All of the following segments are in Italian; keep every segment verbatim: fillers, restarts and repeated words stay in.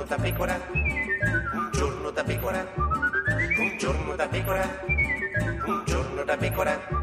giorno da pecora, un giorno da pecora, un giorno da pecora, un giorno da pecora.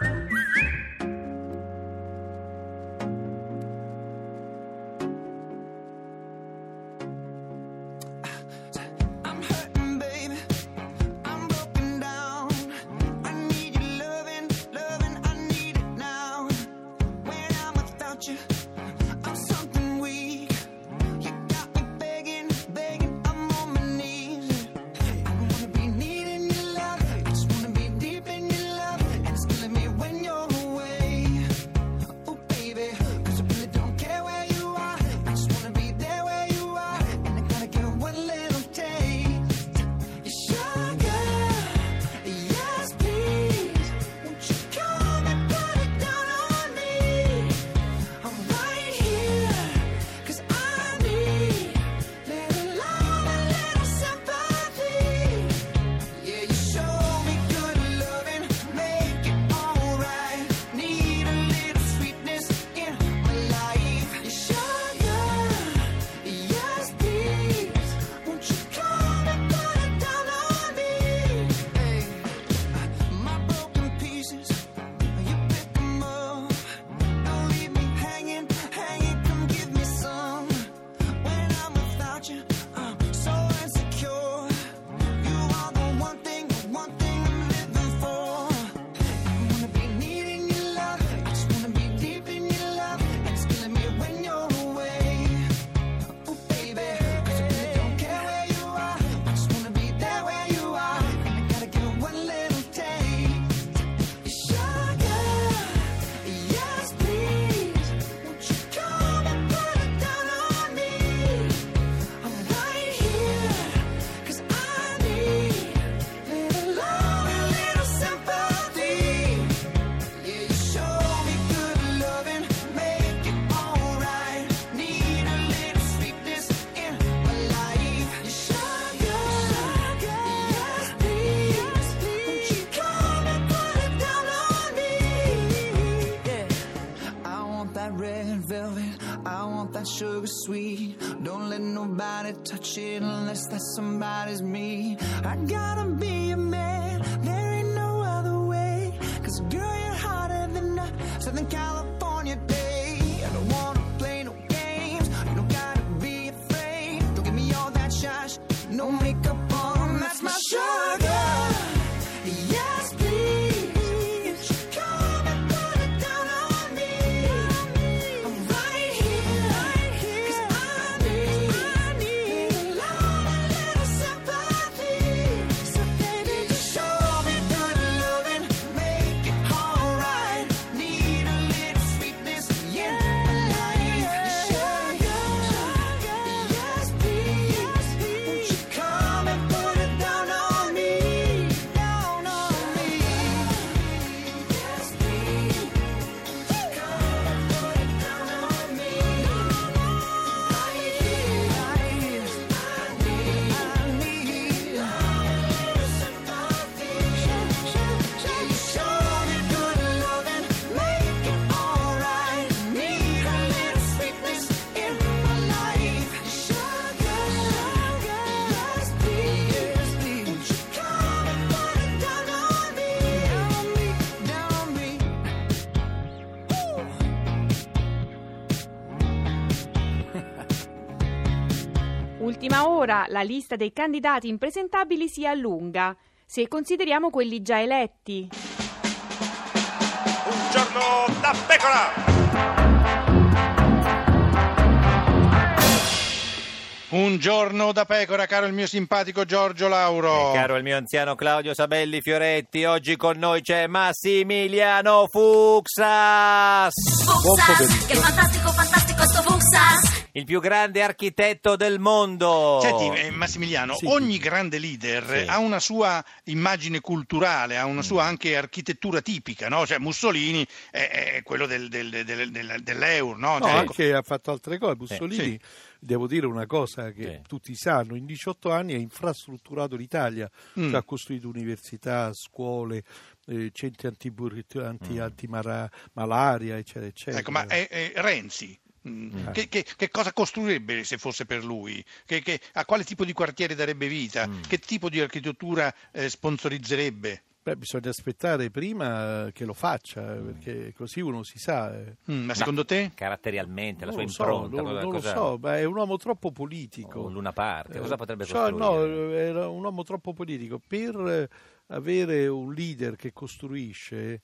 Sugar sweet, don't let nobody touch it unless that somebody's me. I gotta be a man, there ain't no other way. Cause girl, you're hotter than a Southern California day. I don't wanna play no games, you don't gotta be afraid. Don't give me all that shush, no makeup on, that's my sugar. Yes, please. Ultima ora, la lista dei candidati impresentabili si allunga, se consideriamo quelli già eletti. Un giorno da pecora! Un giorno da pecora, caro il mio simpatico Giorgio Lauro. E caro il mio anziano Claudio Sabelli Fioretti. Oggi con noi c'è Massimiliano Fuksas. Fuksas, che fantastico, fantastico sto Fuksas. Il più grande architetto del mondo. Senti, eh, Massimiliano, sì, ogni sì. grande leader Sì. ha una sua immagine culturale, ha una sua anche architettura tipica, no? Cioè Mussolini è, è quello del, del, del, del, dell'euro, no? No, Cioè, anche ha fatto altre cose. Mussolini, Sì. devo dire una cosa che Sì. tutti sanno, in diciotto anni ha infrastrutturato l'Italia, Mm. cioè ha costruito università, scuole, eh, centri antibur- anti, Mm. antimalaria, eccetera, eccetera. Ecco, ma è, è Renzi. Mm. Che, che, che cosa costruirebbe se fosse per lui? Che, che, a quale tipo di quartiere darebbe vita? Mm. Che tipo di architettura eh, sponsorizzerebbe? Beh, bisogna aspettare prima che lo faccia, perché così uno si sa. Eh. Mm, ma secondo te? Caratterialmente, la non sua lo impronta? So, non, cosa, non cosa... lo so, ma è un uomo troppo politico. Oh, Luna Park, cosa potrebbe cioè, costruire? No, era un uomo troppo politico. Per avere un leader che costruisce...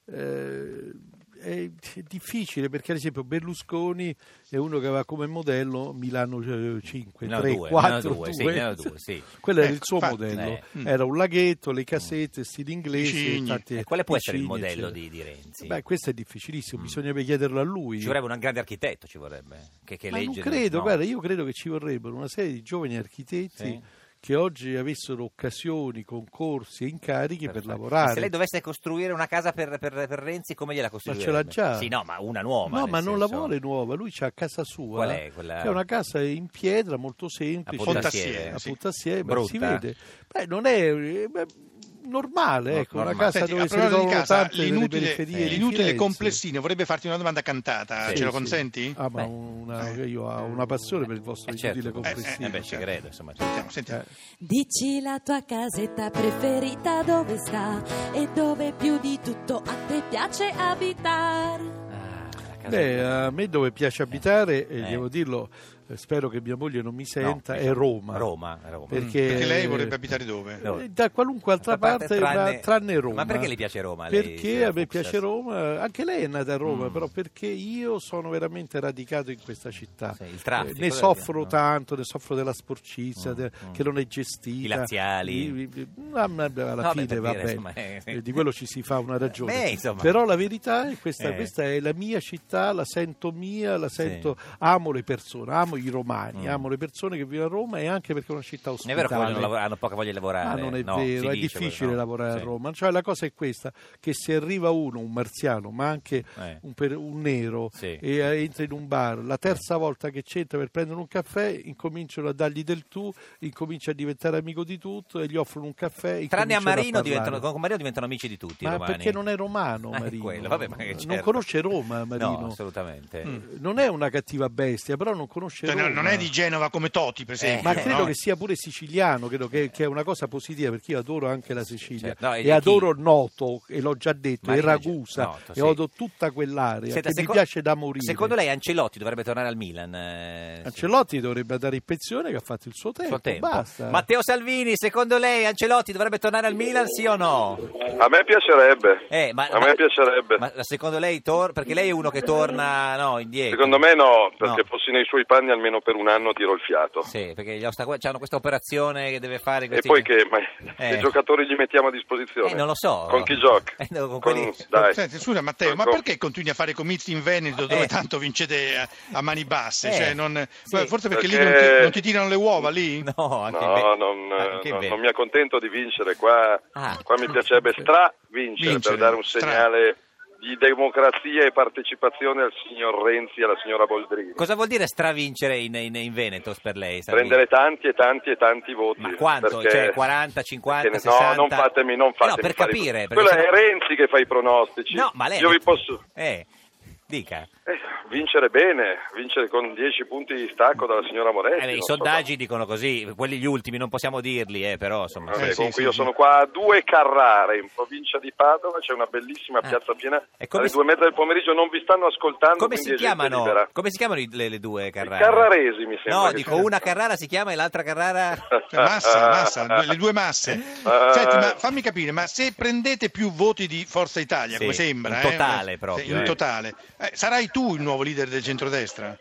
Eh, è difficile, perché ad esempio Berlusconi è uno che aveva come modello Milano cinque, Milano tre, due, quattro, Milano due, sì, due. Milano due, sì. Quello era Eh, il suo fa- modello, eh. era un laghetto, le casette, stili inglesi, Vicini. tanti- E quale può essere il vicini, modello eccetera. di, di Renzi? Beh, questo è difficilissimo, bisognerebbe chiederlo a lui. Ci vorrebbe un grande architetto, ci vorrebbe. Che, che Ma non legge, credo, no. guarda, io credo che ci vorrebbero una serie di giovani architetti Sì. che oggi avessero occasioni, concorsi e incarichi per Perfetto. lavorare. Ma se lei dovesse costruire una casa per, per, per Renzi, come gliela costruirebbe? ce l'ha già. Sì, no, ma una nuova. No, nel ma non senso... la vuole nuova, lui c'ha a casa sua. Qual è quella? Che è una casa in pietra molto semplice. A Pontassieve, a sì. Pontassieve, ma Brutta? si vede. Beh, non è eh, beh, normale, No, ecco, normale. una casa Senti, dove a si proposito di ritrovano casa, tante delle l'inutile, periferie eh, di l'inutile Firenze. complessino, vorrebbe farti una domanda cantata, Sì, ce lo sì. consenti? Ah, ma Beh. una, io ho una passione per il vostro Eh, certo. inutile Eh, complessivo. eh, beh, ci credo, insomma. Sentiamo, sentiamo. Eh. Dici la tua casetta preferita dove sta e dove più di tutto a te piace abitare. Ah, la casa Beh, a me dove piace abitare, e Eh. devo dirlo, eh, spero che mia moglie non mi senta, No, è Roma. Roma, Roma. Perché, Perché lei vorrebbe abitare dove? No. Eh, da qualunque altra parte, ma- tranne Roma. Ma perché le piace Roma? Lei, Perché signora a me Fuchs? piace Roma, anche lei è nata a Roma, Mm. però perché io sono veramente radicato in questa città. Sì, il traffico, Eh, ne cosa soffro no? tanto, ne soffro della sporcizia, Mm, de- mm. che non è gestita. I laziali. I- i- ah, ma alla No, beh, fine per va dire, bene, insomma, eh, sì. Eh, di quello ci si fa una ragione. Beh, insomma. Però la verità è questa, Eh. questa è la mia città, la sento mia, la sento, amo le persone, amo i romani, Mm. amo le persone che vivono a Roma e anche perché è una città È ospitale. vero che vogliono lavorare, hanno poca voglia di lavorare. Ah, non è No, si vero, è dice difficile quello, no. lavorare Sì. a Roma. Cioè, la cosa è questa, che se arriva uno, un marziano, ma anche Eh. un, per- un nero, Sì. e eh, entra in un bar, la terza volta che c'entra per prendere un caffè, incominciano a dargli del tu, incomincia a diventare amico di tutto e gli offrono un caffè. Tranne a incominciano Marino, parlare. diventano, con Marino diventano amici di tutti. i Ma romani. perché non è romano Ah, è Marino? quello, vabbè, ma che Non certo. conosce Roma Marino. No, assolutamente. Eh, Non è una cattiva bestia, però non conosce Cioè, Roma. no- non è di Genova come Toti, per esempio. Ma credo no? che sia pure siciliano, credo che, che è una cosa positiva, perché io adoro anche la Sicilia certo. No, e e, chi? adoro Noto, e l'ho già detto, e Marino, Ragusa, Noto, e sì. adoro tutta quell'area Senta, che seco- mi piace da morire. Secondo lei Ancelotti dovrebbe tornare al Milan? eh, Ancelotti dovrebbe andare in pensione, che ha fatto il suo il tempo, suo tempo. basta. Matteo Salvini, secondo lei Ancelotti dovrebbe tornare al Milan, sì o no? A me piacerebbe, Eh, ma, a ma- me piacerebbe. ma secondo lei tor- perché lei è uno che torna no, indietro? Secondo me no, perché No. fossi nei suoi panni almeno per un anno tiro il fiato. Sì, perché gli ostaco- c'hanno questa operazione che deve fare E questi... poi che, ma, Eh. che giocatori gli mettiamo a disposizione? Eh, non lo so. Con chi gioca? Eh, no, con Con- quelli- dai. Senti, scusa Matteo, ma Con- perché continui a fare comizi in Veneto dove Eh. tanto vincete a, a mani basse? Eh, Cioè, non- sì. Forse perché, lì Perché- non ti, non ti tirano le uova lì? No, anche No, Ve- non, anche no, Ve- non mi accontento di vincere, qua, Ah. qua mi piacerebbe stra vincere, Vincere, per dare un stra. segnale di democrazia e partecipazione al signor Renzi e alla signora Boldrini. Cosa vuol dire stravincere in, in, in Veneto per lei? Salvini? Prendere tanti e tanti e tanti voti. Ma quanto? perché- Cioè quaranta, cinquanta, perché- sessanta? No, non fatemi, non Eh fatemi no, per fare- capire. perché Quello sennò- è Renzi che fa i pronostici. No, ma lei... Io vi posso... Eh, dica. Eh, vincere bene, vincere con dieci punti di stacco dalla signora Moretti. Eh, beh, I non so sondaggi dicono così, quelli gli ultimi non possiamo dirli, eh, però insomma... Vabbè, Eh, sì, comunque sì, io sì. sono qua a due Carrare, in provincia di Padova, c'è una bellissima Ah. piazza piena, E come alle si- due e mezza del pomeriggio non vi stanno ascoltando, Come quindi si è gente chiamano? libera. Come si chiamano i- le, le due Carrara? Carraresi mi sembra. No, che dico sia. una Carrara si chiama e l'altra Carrara... Cioè, massa, massa, due- le due masse. Ah. Senti, ma fammi capire, ma se prendete più voti di Forza Italia, Sì, come sembra, in eh, totale eh, proprio, in eh. totale, eh, sarai tu il nuovo leader del centrodestra?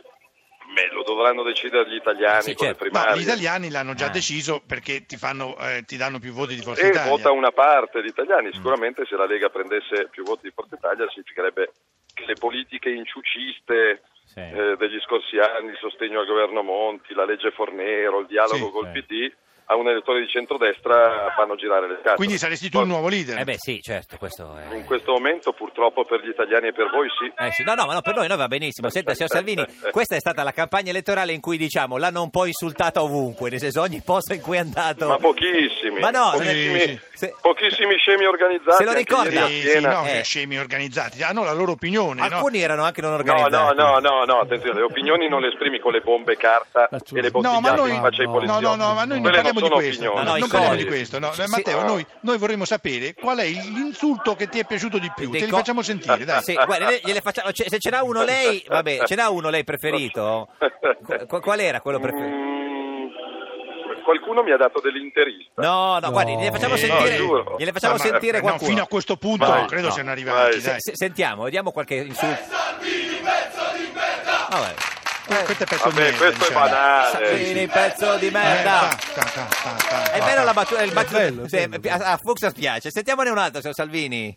Beh, lo dovranno decidere gli italiani Sì, con certo. le No, primarie. gli italiani l'hanno già Ah. deciso perché ti, fanno, eh, ti danno più voti di Forza E Italia. vota una parte di italiani, Mm. sicuramente se la Lega prendesse più voti di Forza Italia significherebbe che le politiche inciuciste Sì. eh, degli scorsi anni, il sostegno al governo Monti, la legge Fornero, il dialogo Sì, col sì. P D a un elettore di centrodestra fanno girare le scatole. Quindi saresti tu il nuovo leader? Eh beh sì, certo, questo è... In questo momento purtroppo per gli italiani e per voi sì. Eh sì, no, no, ma no, per noi, noi va benissimo. Senta, signor Salvini, questa è stata la campagna elettorale in cui, diciamo, l'hanno un po' insultata ovunque, nel senso ogni posto in cui è andato... Ma pochissimi. Ma no, pochissimi, sì, se- pochissimi scemi organizzati. Se lo anche ricorda? ieri a Sì, sì, Siena. no, Eh. che scemi organizzati, hanno la loro opinione, no? alcuni erano anche non No, organizzati. no, no, no, no, attenzione, le opinioni non le esprimi con le bombe carta Ma tu- e le No, bottigliate ma noi- in faccia ai no, poliziotti. No, no, no, ma noi non Quelle parliamo di sono questo, opinioni. No, no, non i parliamo cori. di questo. No. Sì. Matteo, Ah. noi, noi vorremmo sapere qual è l'insulto che ti è piaciuto di più. Dei Te li co- facciamo sentire, dai. Sì, guarda, le- gliele facciamo, cioè, se ce n'ha uno lei, vabbè, ce n'ha uno lei preferito? Qu- qual era quello preferito? Mm, qualcuno mi ha dato dell'interista. No, no, No. guardi, gliele facciamo Eh, sentire, no, giuro. gliele facciamo No, ma- sentire no, qualcuno. fino a questo punto Vai, credo no, siano arrivati. vai. Dai. Se- sentiamo, vediamo qualche insulto. Vabbè. Eh, questo è pezzo Vabbè, di merda, questo è diciamo. banale. Salvini, pezzo di Eh, merda. ta, ta, ta, ta, ta, È ta, bello ta. la battuta, il battuto, bello, è sì, bello. a, a Fuchs piace. Sentiamone un altro, signor Salvini.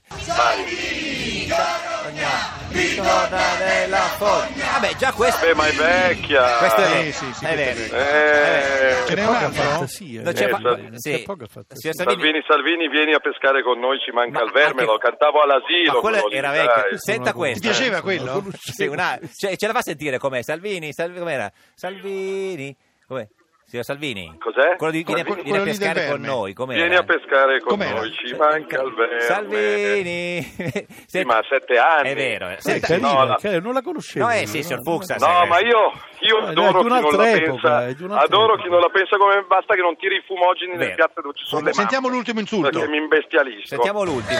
Vabbè, già questo. Beh, ma è vecchia. Questo è Sì, vero. sì, sì, è questo vero. Eh, Ce n'è un Poca altro? fantasia. Non c'è Eh, fa- sa- sì. c'è poca fantasia. Signor Salvini, Salvini, Salvini, vieni a pescare con noi, ci manca Ma il verme, anche- lo cantavo all'asilo. ma quello quello lì, era dai. vecchio. Questo Senta non lo questo. Ti piaceva conoscevo, non lo quello? conoscevo. Sì, una, cioè, ce la fa sentire com'è? Salvini, Salvini, com'era? Salvini, com'è? Signor Salvini? Quello Quello di viene, a- Quello- viene a quello lì del pescare con verme. noi, com'era? Vieni a pescare con Com'era? noi, ci manca il verme. Salvini. Sì, ma a sette anni. È vero. eh. Eh, Senta- carina, no, la- carina, non la conoscevo. No, eh sì, signor Fuchs. No, ma io, io Eh, adoro è di chi non la un'altra epoca, pensa, è di un'altra adoro epoca. chi non la pensa come me, basta che non tiri i fumogeni nelle Vero. piazze dove ci sono le Sentiamo mamme, l'ultimo insulto. perché mi imbestialisco. Sentiamo l'ultimo.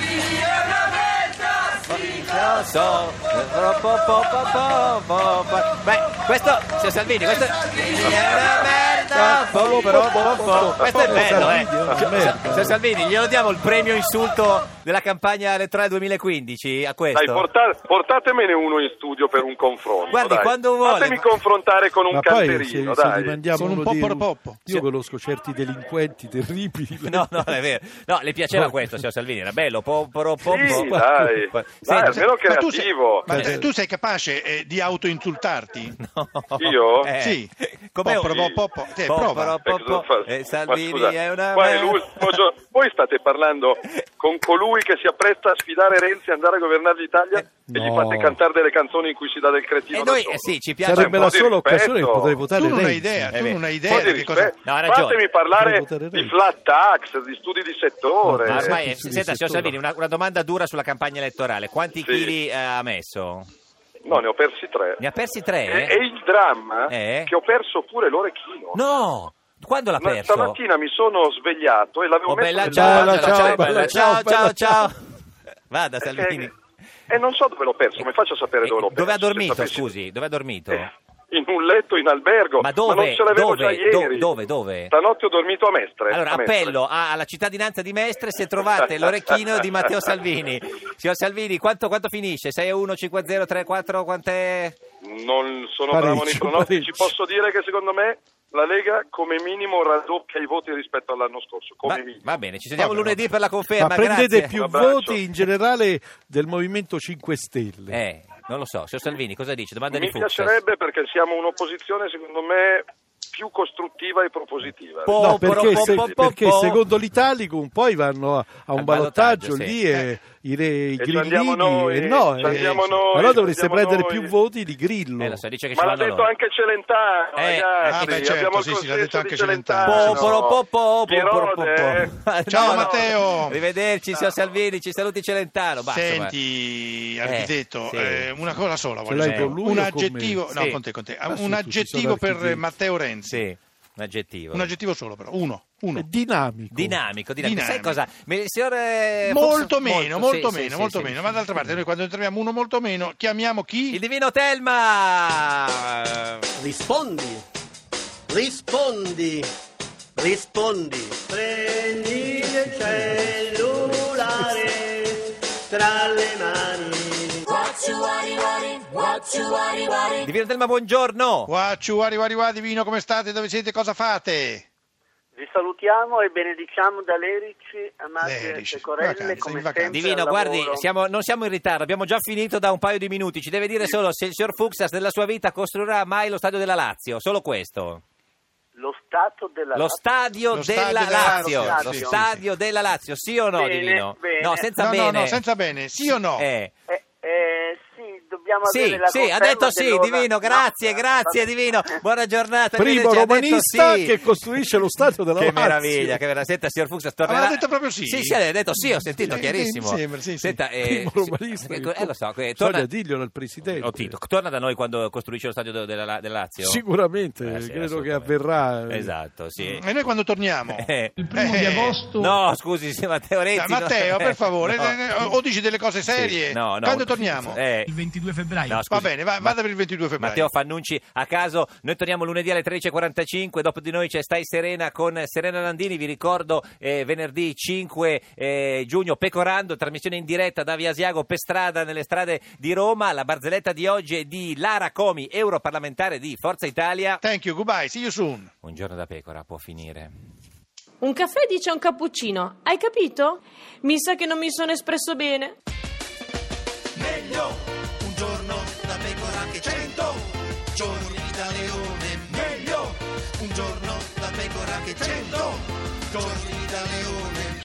Lo so. Po, po, po, po, po, po. Beh, questo, signor Salvini, questo è una merda. Po, po, po, po. Questo è bello, eh. Signor Salvini, glielo diamo il premio insulto della campagna elettorale duemilaquindici a questo? Dai, porta- portatemene uno in studio per un confronto. Guardi, dai. quando vuole. Fatemi confrontare con un Ma poi se, canterino, se dai. gli mandiamo Sono un uno po' di- poropoppo. Io Sì. conosco certi delinquenti terribili. No, no, è vero. No, le piaceva questo, signor Salvini, era bello. Po, po, po, Sì, po. dai, Senti, dai, almeno Ma tu sei, creativo. ma Eh. tu sei capace eh, di autoinsultarti? no. Io? Eh. Sì. Come Po, po, po, po. Sì, prova. Eh, cosa fa- Eh, Ma Salvini scusa, è una qua è merda. l'ultimo giorno. Voi state parlando con colui che si appresta a sfidare Renzi e andare a governare l'Italia Eh, e gli no. fate cantare delle canzoni in cui si dà del cretino E da noi, sotto. eh, sì, ci piace. Sarebbe un po' la di sola rispetto. occasione che potrei votare Tu non hai Renzi. idea, È tu vero. non hai Un po' idea di di che cosa... rispetto. No, ha ragione. Fatemi parlare Devo votare di Renzi. flat tax, di studi di settore. No, Ma Eh, ormai, sì, eh, sì, senta, sì, signor sì. Salvini, una, una domanda dura sulla campagna elettorale. Quanti Sì. chili eh, ha messo? No, ne ho persi tre. Ne ha persi E, tre? e il dramma Eh? che ho perso pure l'orecchino. No! Quando l'ha Ma perso? Stamattina mi sono svegliato e l'avevo Oh, messo bella, nel- ciao, Bella, ciao, ciao, ciao, bella, bella, ciao, ciao, ciao, bella, ciao. Vada, Salvini. E, e non so dove l'ho perso, mi faccia sapere dove l'ho perso. Dove ha se dormito, sapessi. scusi? Dove ha dormito? Eh, in un letto in albergo. Ma dove? non ce l'avevo Dove? già ieri. Do- dove? Dove? Stanotte ho dormito a Mestre. Allora, a Mestre. appello a- alla cittadinanza di Mestre se trovate l'orecchino di Matteo Salvini. Signor Salvini, quanto, quanto finisce? sei a uno, cinque a zero, tre a quattro, quant'è? Non sono Parecchio, bravo nei pronostici. parecchio. Posso dire che secondo me la Lega come minimo raddoppia i voti rispetto all'anno scorso. Come Va, minimo. va bene, ci sentiamo Vabbè, lunedì per la conferma. Ma prendete grazie. più Un abbraccio. voti in generale del Movimento cinque Stelle. Eh, non lo so, signor Salvini, cosa dice? Domanda Mi di Fuchs. piacerebbe perché siamo un'opposizione secondo me più costruttiva e propositiva. Po- No, po- perché, po- se- po- po- perché po- secondo l'Italicum poi vanno a, a un Al ballottaggio ballottaggio, lì sì. e i, re, i ci andiamo grillini noi, e no, ci eh, andiamo sì. noi, allora ci dovreste andiamo prendere noi. più voti di Grillo. Eh, lo so, dice che ci Ma l'ha vanno detto loro. anche Celentano, Eh, ragazzi. ah, beh, certo, abbiamo il sì, sì, l'ha detto consenso anche di Celentano. Celentano. Po- po- po- po- po- Pirone, po- eh. po- Ciao, No, no. Matteo. Arrivederci, signor Salvini, ci saluti Celentano. Basta, Senti, guarda. architetto, sì. eh, una cosa sola voglio l'hai dire. con lui un o con aggettivo, me? no, Sì. con te, con te. Ma Un sì, tutti aggettivo sono per architetti. Matteo Renzi. Sì, un aggettivo. Un aggettivo solo però, uno, uno. È dinamico. Dinamico, dinamico. Sai Dinamico. cosa? Me- Il signor eh, Molto Fuchs- meno, molto, molto sì, meno, sì, molto sì, meno. sì. Ma d'altra parte noi quando troviamo uno molto meno chiamiamo chi? Il divino Telma! Rispondi, rispondi, rispondi. Prendi il cellulare tra le mani. Divino Telma, buongiorno! Guacciu, guari, guari, guari, divino, come state? Dove siete? Cosa fate? Vi salutiamo e benediciamo da Lerici, amate Lerici, pecorelle, vacanza, in come vacanza. sempre Divino, al guardi, lavoro. siamo- non siamo in ritardo, abbiamo già finito da un paio di minuti. Ci deve dire solo se il signor Fuchs nella sua vita costruirà mai lo stadio della Lazio, solo questo. Lo stato della Lo stadio Lo della stadio della Lazio, Lazio, lo sì, stadio della Lazio, sì o no, Bene, Divino? bene. No, senza No, bene. no, no, senza bene, sì o no? Eh. Eh, eh, sì, dobbiamo Sì, avere la sì, ha conferma detto sì, dell'ora. Divino, grazie, No, grazie vabbè. Divino, buona giornata. Primo Divino, ci ha detto romanista sì. che costruisce lo stadio della Che Lazio. meraviglia, che meraviglia. Senta, signor Fuchs, tornerà... Aveva detto proprio sì? Sì, sì, ha detto sì, ho sentito, Sì, chiarissimo. mi sembra, sì, sì. Senta, eh, Primo romanista. sì, che- eh, lo so, eh, torna... Bisogna dirglielo al presidente. Oh, Tito, torna da noi quando costruisce lo stadio della, della, del Lazio? Sicuramente, Eh, sì, credo che assolutamente. avverrà. eh, Esatto, sì. E noi quando torniamo? Eh. Il primo di Eh. agosto. No, scusi, sì, Matteo Renzi. Dai, Matteo, no. per favore, No. eh, o dici delle cose serie? Sì, no, no. Quando torniamo? Eh, Il ventidue febbraio. no, scusi. Va bene, va- vada per il ventidue febbraio. Matteo fa annunci a caso. Noi torniamo lunedì alle tredici e quarantacinque. Dopo di noi c'è Stai Serena con Serena Landini. Vi ricordo eh, venerdì cinque eh, giugno Pecorando, trasmissione in diretta da Via Asiago per strada nelle strade di Roma. La barzelletta di oggi è di Lara Comi, europarlamentare di Forza Italia. Thank you, goodbye, see you soon. Un giorno da pecora può finire. Un caffè dice un cappuccino, hai capito? Mi sa che non mi sono espresso bene. Meglio un giorno da pecora che cento giorni da leone. Meglio un giorno da pecora che cento giorni